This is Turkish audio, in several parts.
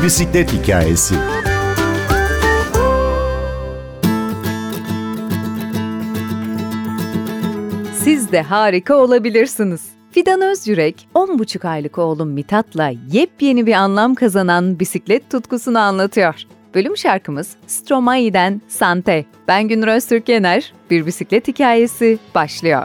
Bir bisiklet hikayesi. Siz de harika olabilirsiniz. Fidan Özyürek, 10,5 aylık oğlum Mithat'la yepyeni bir anlam kazanan bisiklet tutkusunu anlatıyor. Bölüm şarkımız Stromae'den Sante. Ben Gündür Öztürk Yener, bir bisiklet hikayesi başlıyor.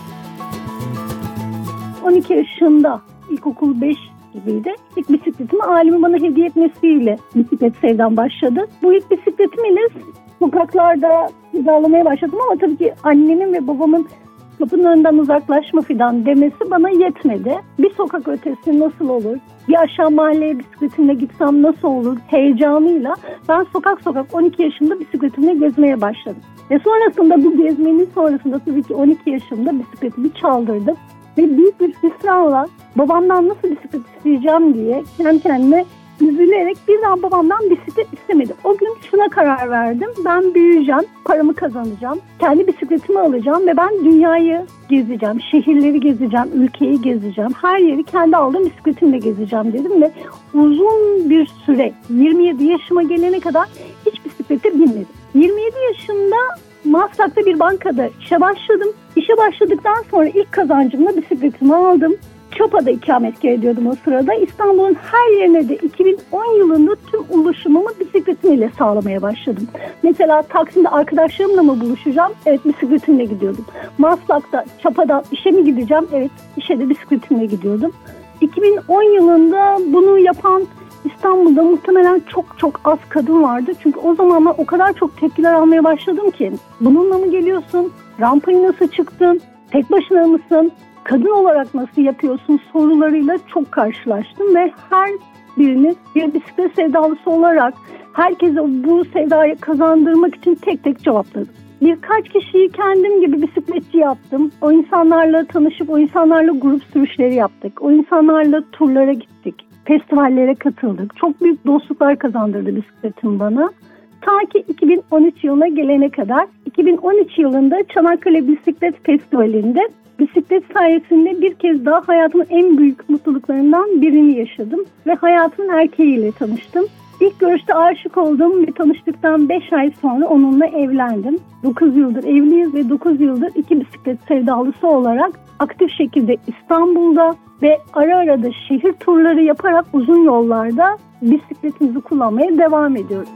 12 yaşında, ilkokul 5 gibiydi. İlk bisikletimi ailemin bana hediye etmesiyle bisiklet sevdam başladı. Bu ilk bisikletimi sokaklarda hizalamaya başladım ama tabii ki annemin ve babamın kapının önünden uzaklaşma Fidan demesi bana yetmedi. Bir sokak ötesi nasıl olur? Bir aşağı mahalleye bisikletimle gitsem nasıl olur? Heyecanıyla ben sokak 12 yaşında bisikletimle gezmeye başladım. Ve sonrasında bu gezmenin sonrasında tabii ki 12 yaşında bisikletimi çaldırdım. Ve büyük bir hüsranla babamdan nasıl bisiklet isteyeceğim diye kendi kendime üzülerek bir daha babamdan bisiklet istemedim. O gün şuna karar verdim. Ben büyüyeceğim, paramı kazanacağım, kendi bisikletimi alacağım ve ben dünyayı gezeceğim, şehirleri gezeceğim, ülkeyi gezeceğim. Her yeri kendi aldığım bisikletimle gezeceğim dedim ve uzun bir süre 27 yaşıma gelene kadar hiç bisiklete binmedim. 27 yaşında Maslak'ta bir bankada işe başladım. İşe başladıktan sonra ilk kazancımla bisikletimi aldım. Çapa'da ikametgah ediyordum o sırada. İstanbul'un her yerine de 2010 yılında tüm ulaşımımı bisikletimle sağlamaya başladım. Mesela Taksim'de arkadaşlarımla mı buluşacağım? Evet, bisikletimle gidiyordum. Maslak'ta, Çapa'da işe mi gideceğim? Evet, işe de bisikletimle gidiyordum. 2010 yılında bunu yapan İstanbul'da muhtemelen çok az kadın vardı. Çünkü o zamanlar o kadar çok tepkiler almaya başladım ki. Bununla mı geliyorsun? Rampayı nasıl çıktın? Tek başına mısın? Kadın olarak nasıl yapıyorsun sorularıyla çok karşılaştım ve her birini bir bisiklet sevdalısı olarak herkese bu sevdayı kazandırmak için tek tek cevapladım. Birkaç kişiyi kendim gibi bisikletçi yaptım. O insanlarla tanışıp o insanlarla grup sürüşleri yaptık. O insanlarla turlara gittik. Festivallere katıldık. Çok büyük dostluklar kazandırdı bisikletim bana. Ta ki 2013 yılına gelene kadar 2013 yılında Çanakkale Bisiklet Festivali'nde bisiklet sayesinde bir kez daha hayatımın en büyük mutluluklarından birini yaşadım ve hayatımın erkeğiyle tanıştım. İlk görüşte aşık oldum ve tanıştıktan 5 ay sonra onunla evlendim. 9 yıldır evliyiz ve 9 yıldır iki bisiklet sevdalısı olarak aktif şekilde İstanbul'da ve ara ara da şehir turları yaparak uzun yollarda bisikletimizi kullanmaya devam ediyoruz.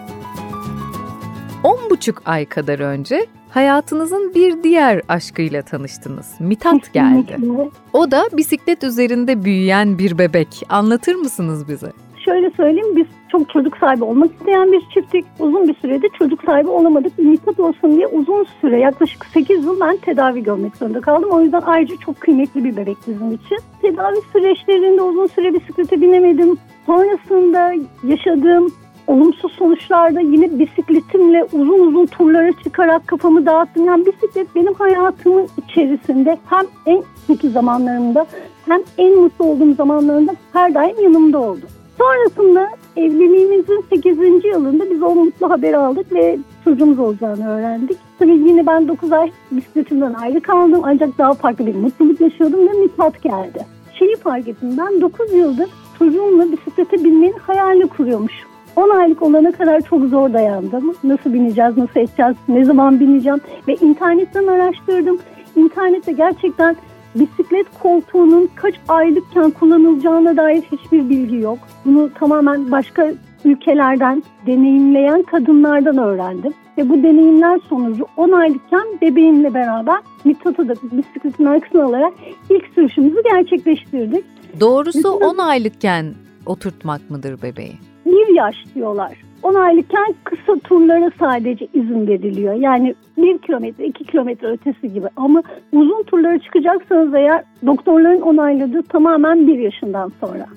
10,5 ay kadar önce hayatınızın bir diğer aşkıyla tanıştınız. Mithat geldi. O da bisiklet üzerinde büyüyen bir bebek. Anlatır mısınız bize? Şöyle söyleyeyim, biz çok çocuk sahibi olmak isteyen bir çifttik. Uzun bir sürede çocuk sahibi olamadık. Mithat olsun diye uzun süre, yaklaşık 8 yıl ben tedavi görmek zorunda kaldım. O yüzden ayrıca çok kıymetli bir bebek bizim için. Tedavi süreçlerinde uzun süre bisiklete binemedim. Sonrasında yaşadığım olumsuz sonuçlarda yine bisikletimle uzun turlara çıkarak kafamı dağıttım. Yani bisiklet benim hayatımın içerisinde hem en kötü zamanlarımda hem en mutlu olduğum zamanlarında her daim yanımda oldu. Sonrasında evliliğimizin 8. yılında biz o mutlu haberi aldık ve çocuğumuz olacağını öğrendik. Tabii yine ben 9 ay bisikletimden ayrı kaldım ancak daha farklı bir mutluluk yaşıyordum ve Mithat geldi. Şeyi fark ettim, ben 9 yıldır çocuğumla bisiklete binmenin hayalini kuruyormuşum. 10 aylık olana kadar çok zor dayandım. Nasıl bineceğiz, nasıl edeceğiz, ne zaman bineceğim ve internetten araştırdım. İnternette gerçekten bisiklet koltuğunun kaç aylıkken kullanılacağına dair hiçbir bilgi yok. Bunu tamamen başka ülkelerden deneyimleyen kadınlardan öğrendim. Ve bu deneyimler sonucu 10 aylıkken bebeğimle beraber Mithat'ı da bisikletin arkasına alarak ilk sürüşümüzü gerçekleştirdik. Doğrusu 10 aylıkken oturtmak mıdır bebeği? 1 yaş diyorlar. 10 aylıkken kısa turlara sadece izin veriliyor. Yani 1 kilometre, 2 kilometre ötesi gibi. Ama uzun turlara çıkacaksanız eğer doktorların onayladığı tamamen 1 yaşından sonra.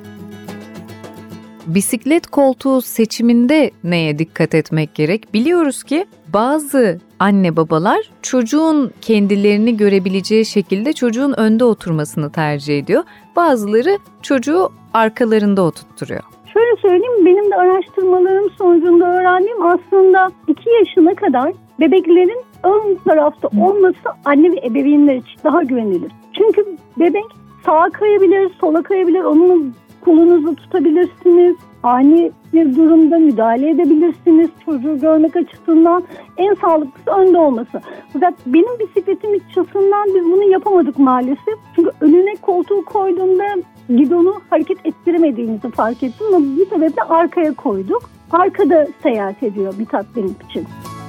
Bisiklet koltuğu seçiminde neye dikkat etmek gerek? Biliyoruz ki bazı anne babalar çocuğun kendilerini görebileceği şekilde çocuğun önde oturmasını tercih ediyor. Bazıları çocuğu arkalarında oturtturuyor. Şöyle söyleyeyim, benim de araştırmalarım sonucunda öğrendiğim aslında 2 yaşına kadar bebeklerin ön tarafta olması anne ve ebeveynler için daha güvenilir. Çünkü bebek sağa kayabilir, sola kayabilir, onun kolunuzu tutabilirsiniz. ani bir durumda müdahale edebilirsiniz. Çocuğu görmek açısından en sağlıklısı önde olması. Fakat benim bisikletim açısından biz bunu yapamadık maalesef. Çünkü önüne koltuğu koyduğumda gidonu hareket ettiremediğimizi fark ettim ve bu sebeple arkaya koyduk. Arkada seyahat ediyor Mithat benim için.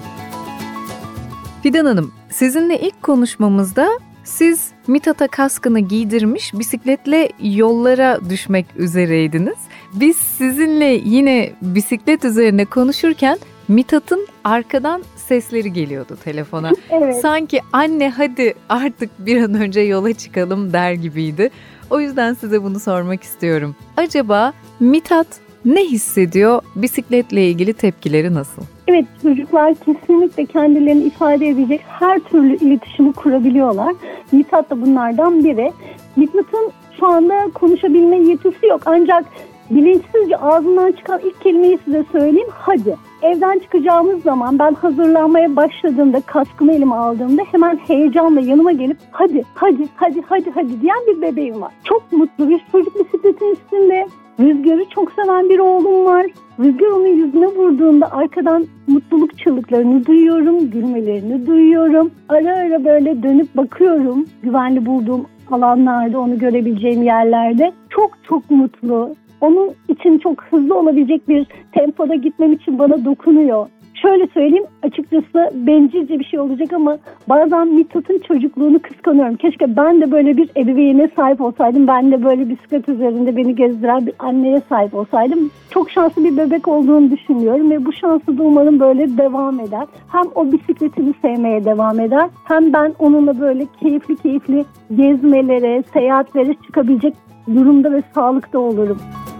Fidan Hanım, sizinle ilk konuşmamızda siz Mithat'a kaskını giydirmiş, bisikletle yollara düşmek üzereydiniz. Biz sizinle yine bisiklet üzerine konuşurken Mithat'ın arkadan sesleri geliyordu telefona. Evet. Sanki anne hadi artık bir an önce yola çıkalım der gibiydi. O yüzden size bunu sormak istiyorum. Acaba Mithat ne hissediyor? Bisikletle ilgili tepkileri nasıl? Evet, çocuklar kesinlikle kendilerini ifade edecek her türlü iletişimi kurabiliyorlar. Mithat da bunlardan biri. Mithat'ın şu anda konuşabilme yetisi yok. Ancak bilinçsizce ağzından çıkan ilk kelimeyi size söyleyeyim. Hadi. Evden çıkacağımız zaman ben hazırlanmaya başladığımda, kaskımı elime aldığımda hemen heyecanla yanıma gelip hadi diyen bir bebeğim var. Çok mutlu bir çocuk bisikletin üstünde. Rüzgarı çok seven bir oğlum var. Rüzgar onun yüzüne vurduğunda arkadan mutluluk çığlıklarını duyuyorum, gülmelerini duyuyorum. Ara ara böyle dönüp bakıyorum güvenli bulduğum alanlarda, onu görebileceğim yerlerde. Çok mutlu. Onun için çok hızlı olabilecek bir tempoda gitmem için bana dokunuyor. Şöyle söyleyeyim, açıkçası bencilce bir şey olacak ama bazen Mithat'ın çocukluğunu kıskanıyorum. Keşke ben de böyle bir ebeveyne sahip olsaydım. Ben de böyle bisiklet üzerinde beni gezdiren bir anneye sahip olsaydım. Çok şanslı bir bebek olduğunu düşünüyorum ve bu şansı da umarım böyle devam eder. Hem o bisikletini sevmeye devam eder, hem ben onunla böyle keyifli gezmelere, seyahatlere çıkabilecek durumda ve sağlıkta olurum.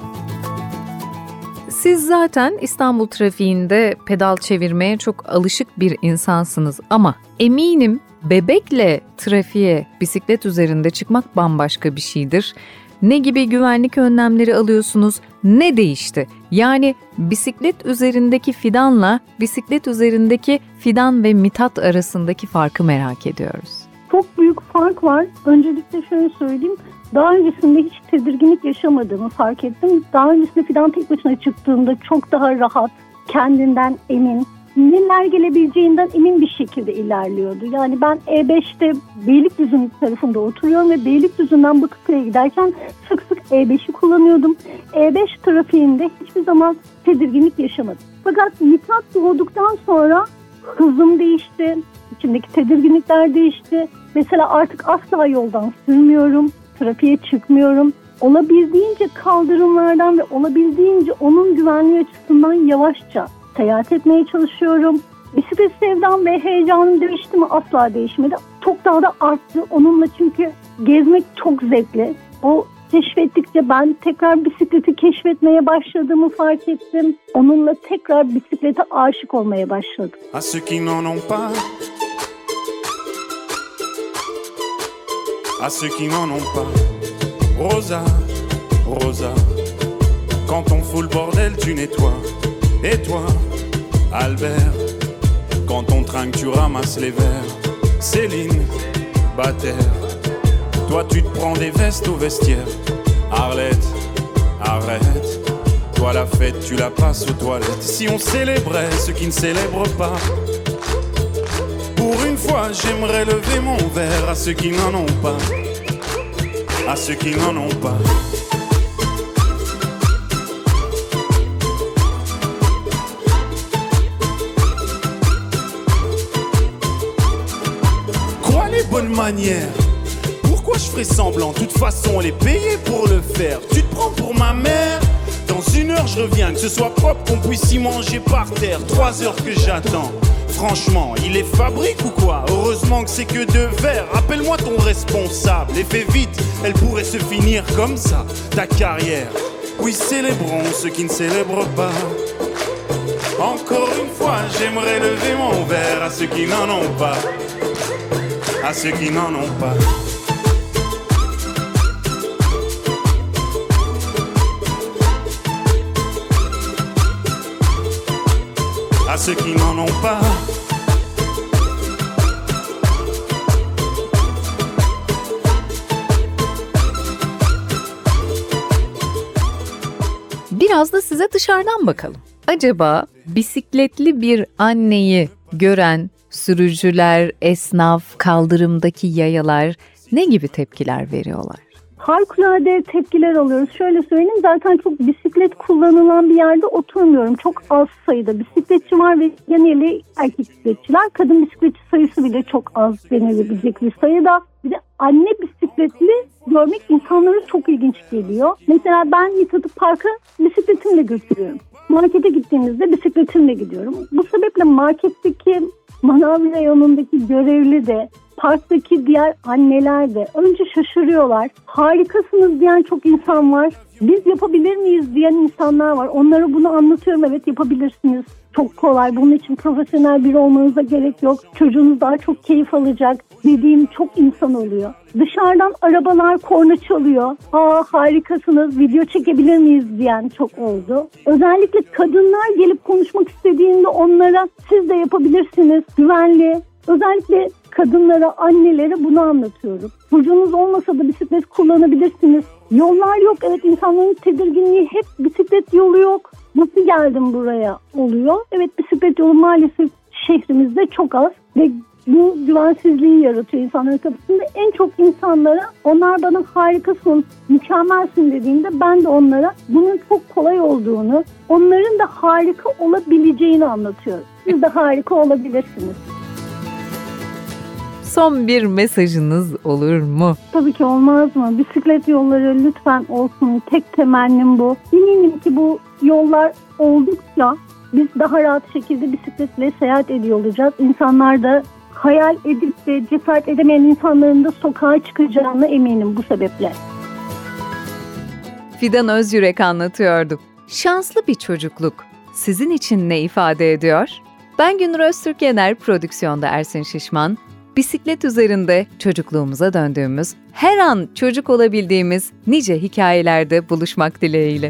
Siz zaten İstanbul trafiğinde pedal çevirmeye çok alışık bir insansınız ama eminim bebekle trafiğe bisiklet üzerinde çıkmak bambaşka bir şeydir. Ne gibi güvenlik önlemleri alıyorsunuz? Ne değişti? Yani bisiklet üzerindeki Fidan'la bisiklet üzerindeki Fidan ve Mithat arasındaki farkı merak ediyoruz. Çok büyük fark var. Öncelikle şöyle söyleyeyim. Daha öncesinde hiç tedirginlik yaşamadığımı fark ettim. Daha öncesinde Fidan tek başına çıktığında çok daha rahat, kendinden emin, neler gelebileceğinden emin bir şekilde ilerliyordu. Yani ben E5'te Beylikdüzü tarafında oturuyorum ve Beylikdüzü'nden Bakırköy'e giderken sık E5'i kullanıyordum. E5 trafiğinde hiçbir zaman tedirginlik yaşamadım. Fakat Mithat doğduktan sonra hızım değişti, içimdeki tedirginlikler değişti. Mesela artık asla yoldan sürmüyorum. Trafiğe çıkmıyorum. Olabildiğince kaldırımlardan ve olabildiğince onun güvenliği açısından yavaşça seyahat etmeye çalışıyorum. Bisiklet sevdam ve heyecanım değişti mi? Asla değişmedi. Çok daha da arttı. Onunla çünkü gezmek çok zevkli. O keşfettikçe ben tekrar bisikleti keşfetmeye başladığımı fark ettim. Onunla tekrar bisiklete aşık olmaya başladım. À ceux qui n'en ont pas, à ceux qui n'en ont pas. Rosa, Rosa, quand on fout le bordel, tu nettoies. Et toi, Albert, quand on trinque, tu ramasses les verres. Céline, Bataire, toi tu te prends des vestes au vestiaire. Arlette, arrête, toi la fête, tu la passes aux toilettes. Si on célébrait ceux qui ne célèbrent pas, pour une fois, j'aimerais lever mon verre à ceux qui n'en ont pas, à ceux qui n'en ont pas. Quoi les bonnes manières? Pourquoi je ferais semblant? De toute façon, elle est payée pour le faire. Tu te prends pour ma mère? Dans 1 heure, je reviens, que ce soit propre, qu'on puisse y manger par terre. 3 heures que j'attends. Franchement, il est fabrique ou quoi? Heureusement que c'est que 2 verres. Appelle-moi ton responsable et fais vite, elle pourrait se finir comme ça, ta carrière. Oui, célébrons ceux qui ne célèbrent pas. Encore une fois, j'aimerais lever mon verre à ceux qui n'en ont pas, à ceux qui n'en ont pas. À ceux qui n'en ont pas. Biraz da size dışarıdan bakalım. Acaba bisikletli bir anneyi gören sürücüler, esnaf, kaldırımdaki yayalar ne gibi tepkiler veriyorlar? Harikulade tepkiler alıyoruz. Şöyle söyleyeyim, zaten çok bisiklet kullanılan bir yerde oturmuyorum. Çok az sayıda bisikletçi var ve geneli erkek bisikletçiler. Kadın bisikletçi sayısı bile çok az denilebilecek bir sayıda. Bir de anne bisikletli görmek insanlara çok ilginç geliyor. Mesela ben Mithat'ı parka bisikletimle götürüyorum. Markete gittiğimizde bisikletimle gidiyorum. Bu sebeple marketteki manav reyonundaki görevli de, parktaki diğer anneler de önce şaşırıyorlar. Harikasınız diyen çok insan var. Biz yapabilir miyiz diyen insanlar var. Onlara bunu anlatıyorum. Evet, yapabilirsiniz. Çok kolay. Bunun için profesyonel biri olmanıza gerek yok. Çocuğunuz daha çok keyif alacak dediğim çok insan oluyor. Dışarıdan arabalar korna çalıyor. Harikasınız, video çekebilir miyiz diyen çok oldu. Özellikle kadınlar gelip konuşmak istediğinde onlara siz de yapabilirsiniz, güvenli. Özellikle kadınlara, annelere bunu anlatıyorum. Çocuğunuz olmasa da bisiklet kullanabilirsiniz. Yollar yok. Evet, insanların tedirginliği hep bisiklet yolu yok. Nasıl geldim buraya oluyor. Evet, bisiklet yolu maalesef şehrimizde çok az ve bu güvensizliği yaratıyor insanların kafasında. En çok insanlara onlar bana harikasın, mükemmelsin dediğinde ben de onlara bunun çok kolay olduğunu, onların da harika olabileceğini anlatıyorum. Siz de harika olabilirsiniz. Son bir mesajınız olur mu? Tabii ki olmaz mı? Bisiklet yolları lütfen olsun. Tek temennim bu. Eminim ki bu yollar oldukça biz daha rahat şekilde bisikletle seyahat ediyor olacağız. İnsanlar da hayal edip de cesaret edemeyen insanların da sokağa çıkacağına eminim bu sebeple. Fidan Özyürek anlatıyordu. Şanslı bir çocukluk sizin için ne ifade ediyor? Ben Gündür Öztürk Yener, prodüksiyonda Ersin Şişman. Bisiklet üzerinde çocukluğumuza döndüğümüz, her an çocuk olabildiğimiz nice hikayelerde buluşmak dileğiyle.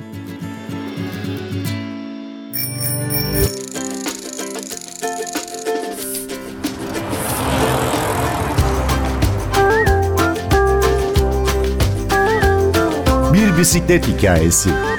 Bir bisiklet hikayesi.